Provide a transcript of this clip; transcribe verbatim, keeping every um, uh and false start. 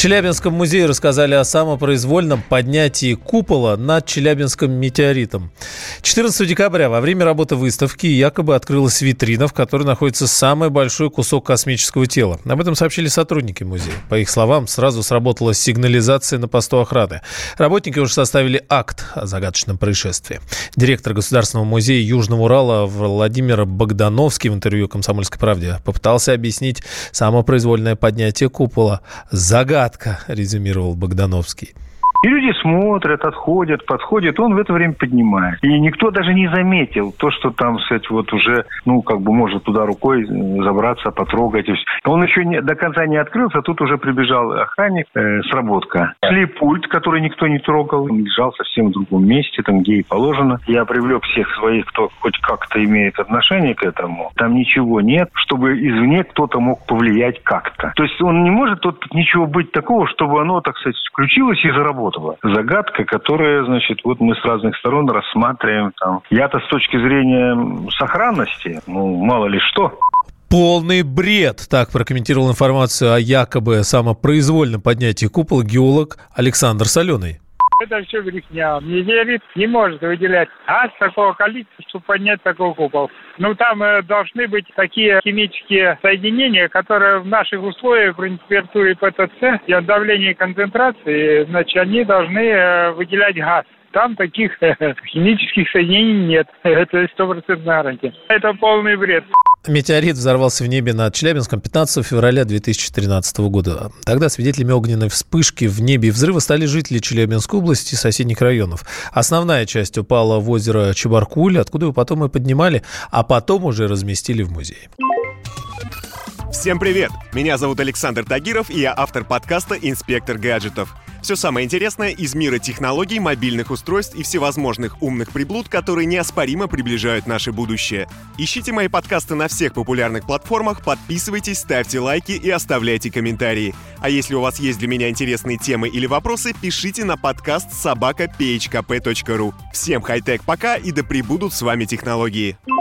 Челябинском музее рассказали о самопроизвольном поднятии купола над Челябинским метеоритом. четырнадцатого декабря во время работы выставки якобы открылась витрина, в которой находится самый большой кусок космического тела. Об этом сообщили сотрудники музея. По их словам, сразу сработала сигнализация на посту охраны. Работники уже составили акт о загадочном происшествии. Директор Государственного музея Южного Урала Владимир Богдановский в интервью «Комсомольской правде» попытался объяснить самопроизвольное поднятие купола. Загадка. Резюмировал Богдановский. И люди смотрят, отходят, подходят, он в это время поднимает. И никто даже не заметил то, что там, кстати, вот уже, ну, как бы может туда рукой забраться, потрогать. Он еще не, до конца не открылся, тут уже прибежал охранник, э, сработка. Шли пульт, который никто не трогал, он лежал совсем в другом месте, там, где и положено. Я привлек всех своих, кто хоть как-то имеет отношение к этому. Там ничего нет, чтобы извне кто-то мог повлиять как-то. То есть он не может тут ничего быть такого, чтобы оно, так сказать, включилось и заработало. Загадка, которая, значит, вот мы с разных сторон рассматриваем там. Я-то с точки зрения сохранности, ну, мало ли что. Полный бред, так прокомментировал информацию о якобы самопроизвольном поднятии купола геолог Александр Соленый. Это все брехня. Метеорит не может выделять газ такого количества, чтобы поднять такой купол. Ну, там э, должны быть такие химические соединения, которые в наших условиях при температуре ПТЦ и от давления и концентрации, значит, они должны э, выделять газ. Там таких э, химических соединений нет. Это стопроцентная гарантия. Это полный бред. Метеорит взорвался в небе над Челябинском пятнадцатого февраля две тысячи тринадцатого года. Тогда свидетелями огненной вспышки в небе и взрыва стали жители Челябинской области и соседних районов. Основная часть упала в озеро Чебаркуль, откуда его потом и поднимали, а потом уже разместили в музее. Всем привет! Меня зовут Александр Тагиров, и я автор подкаста «Инспектор гаджетов». Все самое интересное из мира технологий, мобильных устройств и всевозможных умных приблуд, которые неоспоримо приближают наше будущее. Ищите мои подкасты на всех популярных платформах, подписывайтесь, ставьте лайки и оставляйте комментарии. А если у вас есть для меня интересные темы или вопросы, пишите на подкаст собака пи эйч кей пи точка ру. Всем хай-тек пока, и да пребудут с вами технологии!